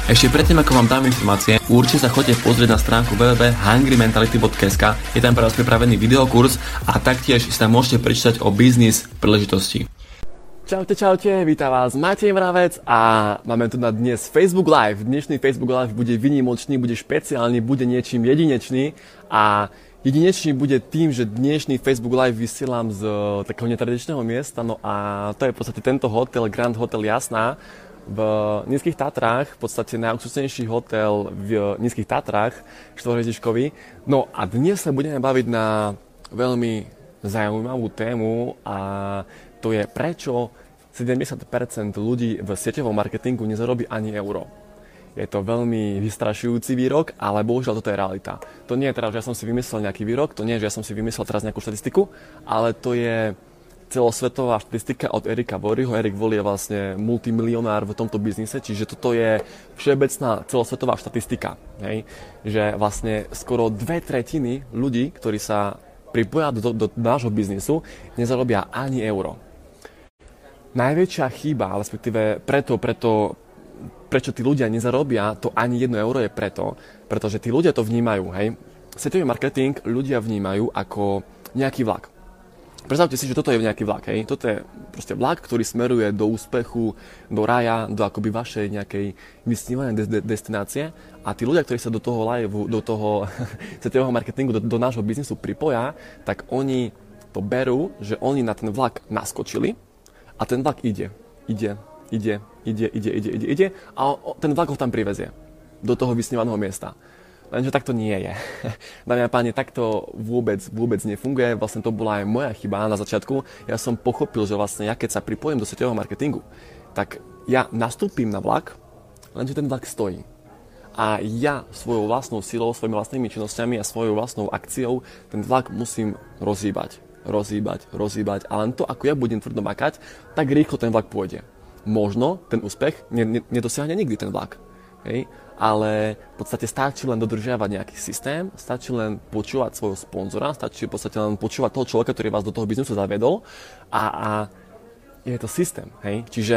Ešte predtým, ako vám dám informácie, určite sa choďte pozrieť na stránku www.hungrymentality.sk. Je tam pre vás pripravený videokurs a taktiež si tam môžete prečítať o biznis príležitosti. Čaute, vítam vás Matej Mravec a máme tu na dnes Facebook Live. Dnešný Facebook Live bude výnimočný, bude špeciálny, bude niečím jedinečný a jedinečný bude tým, že dnešný Facebook Live vysielam z takého netradičného miesta, no a to je v podstate tento hotel, Grand Hotel Jasná v Nízkych Tatrách, v podstate najluxusnejší hotel v Nízkych Tatrách, štvorhviezdičkový. No a dnes sa budeme baviť na veľmi zaujímavú tému a to je prečo 70% ľudí v sieťovom marketingu nezarobí ani euro. Je to veľmi vystrašujúci výrok, ale bohužiaľ toto je realita. To nie je teda, že ja som si vymyslel nejaký výrok, to nie je, že ja som si vymyslel teraz nejakú štatistiku, ale to je celosvetová štatistika od Erika Worryho. Erik Worry je vlastne multimilionár v tomto biznise, čiže toto je všeobecná celosvetová štatistika. Hej? Že vlastne skoro 2/3 ľudí, ktorí sa pripoja do nášho biznisu, nezarobia ani euro. Najväčšia chyba, respektíve prečo tí ľudia nezarobia to ani 1 euro je pretože tí ľudia to vnímajú. Hej? Sieťový marketing ľudia vnímajú ako nejaký vlak. Predstavte si, že toto je nejaký vlak, hej. Toto je proste vlak, ktorý smeruje do úspechu, do raja, do akoby vašej nejakej vysnívanej destinácie a tí ľudia, ktorí sa do toho liveu, do toho sieťového marketingu, do nášho biznisu pripoja, tak oni to berú, že oni na ten vlak naskočili a ten vlak ide a ten vlak ho tam privezie do toho vysnívaného miesta. Lenže takto nie je. Dámy a páni, takto vôbec nefunguje. Vlastne to bola aj moja chyba na začiatku. Ja som pochopil, že vlastne ja keď sa pripojím do sieťového marketingu, tak ja nastúpim na vlak, lenže ten vlak stojí. A ja svojou vlastnou silou, svojimi vlastnými činnosťami a svojou vlastnou akciou ten vlak musím rozhýbať. A len to, ako ja budem tvrdo makať, tak rýchlo ten vlak pôjde. Možno ten úspech nedosiahne nikdy ten vlak. Hej? Ale v podstate stačí len dodržiavať nejaký systém, stačí len počúvať svojho sponzora, stačí v podstate len počúvať toho človeka, ktorý vás do toho biznisu zavedol a je to systém. Hej? Čiže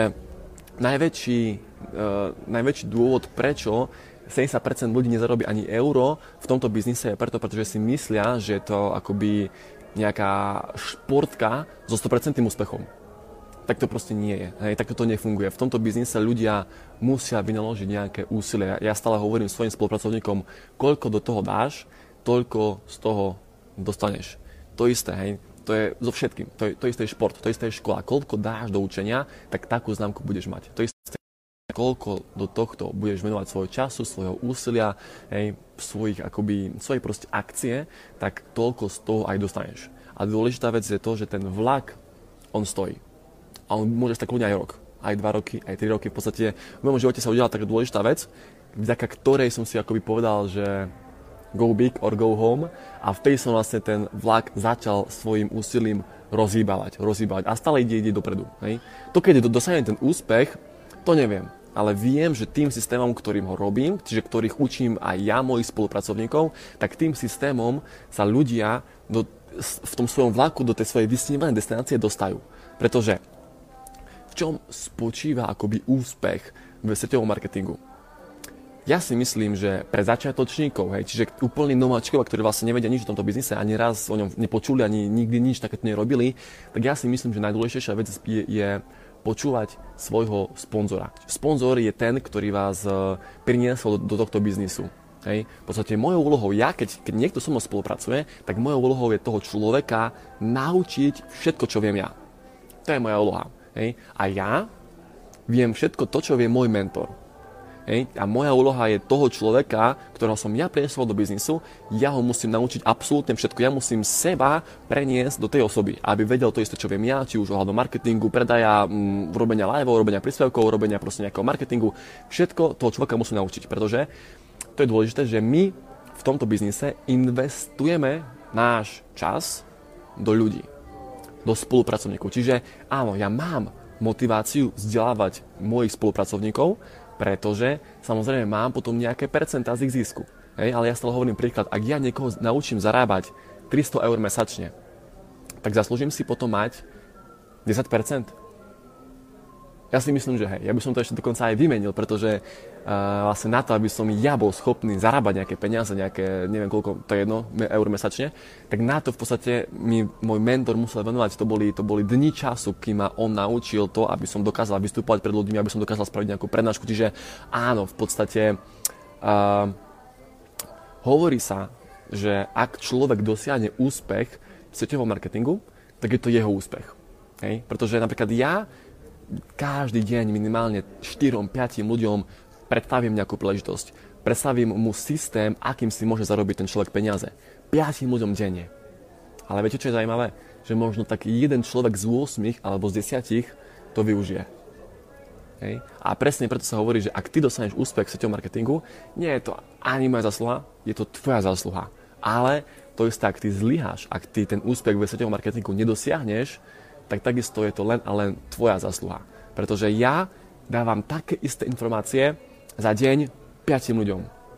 najväčší dôvod, prečo 70% ľudí nezarobí ani euro v tomto biznise je pretože si myslia, že je to akoby nejaká športka so 100% úspechom. Tak to proste nie je. Hej, takto to nefunguje. V tomto biznise ľudia musia vynaložiť nejaké úsilie. Ja stále hovorím svojim spolupracovníkom, koľko do toho dáš, toľko z toho dostaneš. To isté, hej. To je so všetkým. To isté je šport, to isté je škola. Koľko dáš do učenia, tak takú známku budeš mať. To isté, koľko do tohto budeš venovať svojho času, svojho úsilia, hej, svojej proste akcie, tak toľko z toho aj dostaneš. A dôležitá vec je to, že ten vlak, on stojí. A on môže stať kľudne aj rok, aj 2 roky, aj 3 roky. V podstate v mojom živote sa udiala taká dôležitá vec, vďaka ktorej som si akoby povedal, že go big or go home a vtedy som vlastne ten vlak začal svojim úsilím rozhýbavať a stále ide dopredu. Hej. To, keď dosiahnem ten úspech, to neviem, ale viem, že tým systémom, ktorým ho robím, čiže ktorých učím aj ja, mojich spolupracovníkov, tak tým systémom sa ľudia v tom svojom vlaku do tej svojej vysnívanej destinácie dostajú. Pretože v čom spočíva akoby úspech v sieťovom marketingu? Ja si myslím, že pre začiatočníkov, hej, čiže úplní nováčikov, ktorí vlastne nevedia nič o tomto biznise, ani raz o ňom nepočuli, ani nikdy nič takéto nerobili, tak ja si myslím, že najdôležitejšia vec je počúvať svojho sponzora. Sponzor je ten, ktorý vás priniesol do tohto biznisu. Hej. V podstate mojou úlohou, keď niekto so mnou spolupracuje, tak mojou úlohou je toho človeka naučiť všetko, čo viem ja. To je moja úloha. Hej. A ja viem všetko to, čo vie môj mentor. Hej. A moja úloha je toho človeka, ktorého som ja priniesol do biznisu, ja ho musím naučiť absolútne všetko. Ja musím seba preniesť do tej osoby, aby vedel to isté, čo viem ja, či už ohľadom marketingu, predaja, robenia liveov, robenia príspevkov, robenia proste nejakého marketingu. Všetko toho človeka musím naučiť, pretože to je dôležité, že my v tomto biznise investujeme náš čas do ľudí, do spolupracovníkov. Čiže áno, ja mám motiváciu vzdelávať mojich spolupracovníkov, pretože samozrejme mám potom nejaké percentá z ich zisku. Hej, ale ja stále hovorím príklad, ak ja niekoho naučím zarábať 300 eur mesačne, tak zaslúžim si potom mať 10%. Ja si myslím, že hej, ja by som to ešte dokonca aj vymenil, pretože vlastne na to, aby som ja bol schopný zarábať nejaké peniaze, nejaké, neviem koľko, to je jedno, eur mesačne, tak na to v podstate mi môj mentor musel venovať, to boli dni času, kým ma on naučil to, aby som dokázal vystupovať pred ľuďmi, aby som dokázal spraviť nejakú prednášku, čiže áno, v podstate hovorí sa, že ak človek dosiahne úspech v sieťovom marketingu, tak je to jeho úspech. Hej? Pretože napríklad ja každý deň minimálne 4-5 ľuďom predstavím nejakú príležitosť. Predstavím mu systém, akým si môže zarobiť ten človek peniaze. 5 ľuďom denne. Ale viete, čo je zaujímavé? Že možno tak jeden človek z 8 alebo z 10 to využije. Hej? A presne preto sa hovorí, že ak ty dostaneš úspech v sieťovom marketingu, nie je to ani moja zásluha, je to tvoja zásluha. Ale to isté, ak ty zlyháš, ak ty ten úspech v sieťovom marketingu nedosiahneš, tak takisto je to len a len tvoja zásluha. Pretože ja dávam také isté informácie za deň 5 ľuďom.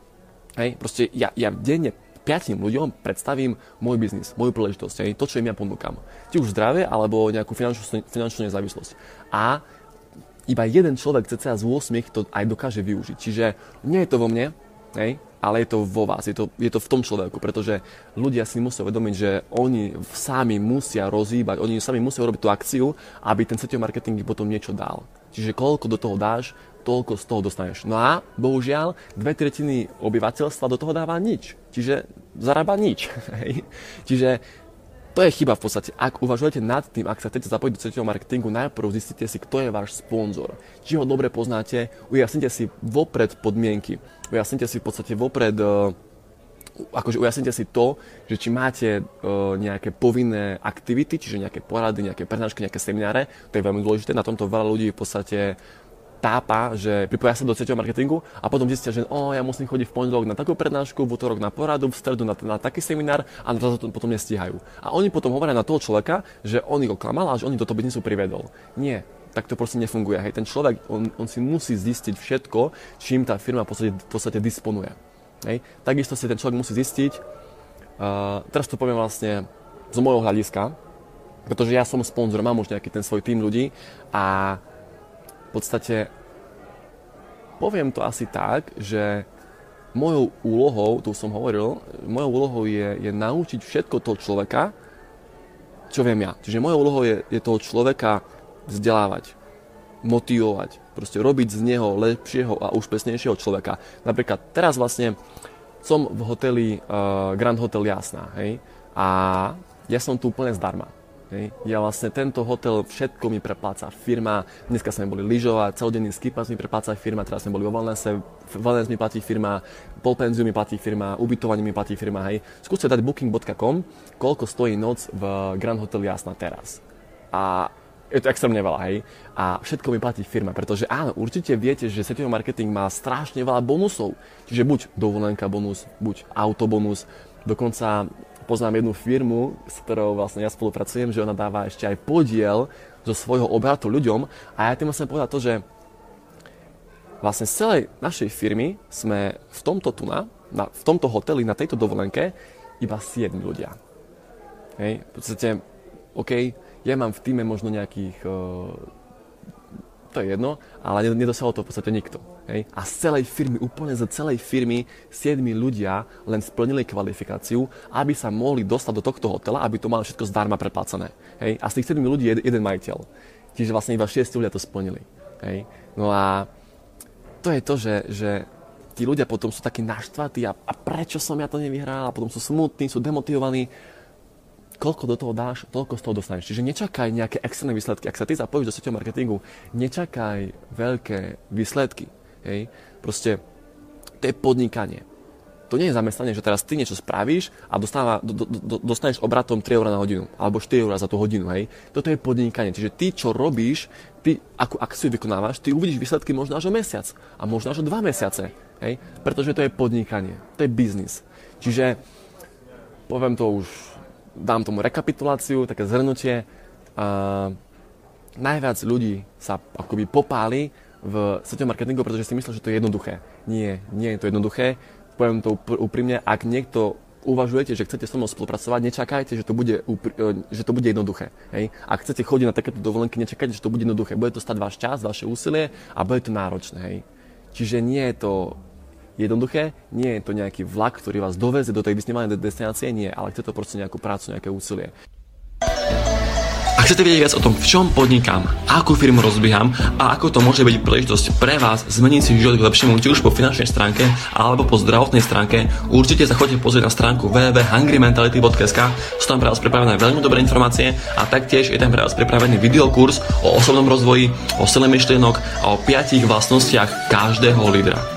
Hej? Proste ja denne 5 ľuďom predstavím môj biznis, moju príležitosť, hej? To, čo im ja ponúkam. Či už zdravie, alebo nejakú finančnú nezávislosť. A iba jeden človek cca z 8 to aj dokáže využiť. Čiže nie je to vo mne, hej? Ale je to vo vás, je to v tom človeku, pretože ľudia si musia uvedomiť, že oni sami musia rozhýbať, oni sami musia robiť tú akciu, aby ten sieťový marketing potom niečo dal. Čiže koľko do toho dáš, toľko z toho dostaneš. No a bohužiaľ 2/3 obyvateľstva do toho dáva nič. Čiže zarába nič. Čiže to je chyba v podstate. Ak uvažujete nad tým, ak sa chcete zapojiť do sieťového marketingu, najprv zistite si, kto je váš sponzor. Či ho dobre poznáte, ujasnite si vopred podmienky. Ujasnite si v podstate vopred, ujasnite si to, že či máte nejaké povinné aktivity, čiže nejaké porady, nejaké prednášky, nejaké semináre. To je veľmi dôležité. Na tomto veľa ľudí v podstate tápa, že pripoja sa do sieťového marketingu a potom zistia, že ja musím chodiť v pondelok na takú prednášku, v utorok na poradu, v stredu na taký seminár a na to potom nestíhajú. A oni potom hovoria na toho človeka, že on ich oklamal a že on ich do toho biznisu privedol. Nie, tak to proste nefunguje. Hej, ten človek, on si musí zistiť všetko, čím tá firma v podstate disponuje. Hej. Takisto si ten človek musí zistiť, teraz to poviem vlastne z môjho hľadiska, pretože ja som sponzor, mám už nejaký ten svoj tím ľudí a v podstate poviem to asi tak, že mojou úlohou, tu som hovoril, mojou úlohou je naučiť všetko toho človeka, čo viem ja. Čiže mojou úlohou je toho človeka vzdelávať, motivovať, proste robiť z neho lepšieho a úspešnejšieho človeka. Napríklad teraz vlastne som v hoteli Grand Hotel Jasná, hej, a ja som tu úplne zdarma. Hej. Ja vlastne tento hotel, všetko mi prepláca firma, dneska sme boli lyžovať, celodenný skipas mi prepláca firma, teraz sme boli vo wellness mi platí firma, polpenziu mi platí firma, ubytovanie mi platí firma, hej. Skúste dať booking.com, koľko stojí noc v Grand Hotel Jasná teraz. A je to extrémne veľa, hej. A všetko mi platí firma, pretože áno, určite viete, že sieťový marketing má strašne veľa bonusov. Čiže buď dovolenka bonus, buď autobonus, dokonca poznám jednu firmu, s ktorou vlastne ja spolupracujem, že ona dáva ešte aj podiel zo svojho obratu ľuďom a ja tým musím povedať to, že vlastne z celej našej firmy sme v tomto hoteli, na tejto dovolenke iba 7 ľudia. Hej, v podstate, OK, ja mám v týme možno nejakých, to je jedno, ale nedosiahol to v podstate nikto. Hej. A z celej firmy, úplne z celej firmy 7 ľudia len splnili kvalifikáciu, aby sa mohli dostať do tohto hotela, aby to mali všetko zdarma preplácané. Hej. A z tých 7 ľudí je jeden majiteľ. Čiže vlastne iba 6 ľudia to splnili. Hej. No a to je to, že tí ľudia potom sú takí naštvatí a prečo som ja to nevyhral, a potom sú smutní, sú demotivovaní. Koľko do toho dáš, toľko z toho dostaneš. Čiže nečakaj nejaké externé výsledky. Ak sa ty zapojíš do sieťového marketingu, nečakaj veľké výsledky. Hej. Proste to je podnikanie. To nie je zamestnanie, že teraz ty niečo spravíš a dostaneš obratom 3 € na hodinu alebo 4 € za tú hodinu. Hej. Toto je podnikanie. Čiže ty, čo robíš, ty akú akciu vykonávaš, ty uvidíš výsledky možno až o mesiac a možno až o 2 mesiace. Hej. Pretože to je podnikanie. To je biznis. Čiže poviem to už, dám tomu rekapituláciu, také zhrnutie. Najviac ľudí sa akoby popáli v sieťovom marketingu, pretože si myslí, že to je jednoduché. Nie je to jednoduché. Poviem to úprimne, ak niekto uvažujete, že chcete so mnou spolupracovať, nečakajte, že to bude jednoduché. Hej? Ak chcete chodiť na takéto dovolenky, nečakajte, že to bude jednoduché. Bude to stať váš čas, vaše úsilie a bude to náročné. Hej? Čiže nie je to jednoduché, nie je to nejaký vlak, ktorý vás dovezie do tej vysnívanej destinácie, nie, ale chce to proste nejakú prácu, nejaké úsilie. Ak chcete vedieť viac o tom, v čom podnikám, akú firmu rozbieham a ako to môže byť príležitosť pre vás zmeniť si život k lepšiemu, či už po finančnej stránke alebo po zdravotnej stránke, určite sa choďte pozrieť na stránku www.hungrymentality.sk. Sú tam pre vás pripravené veľmi dobré informácie a taktiež je tam pre vás pripravený videokurs o osobnom rozvoji, o sile myšlienok a o 5 vlastnostiach každého lídra.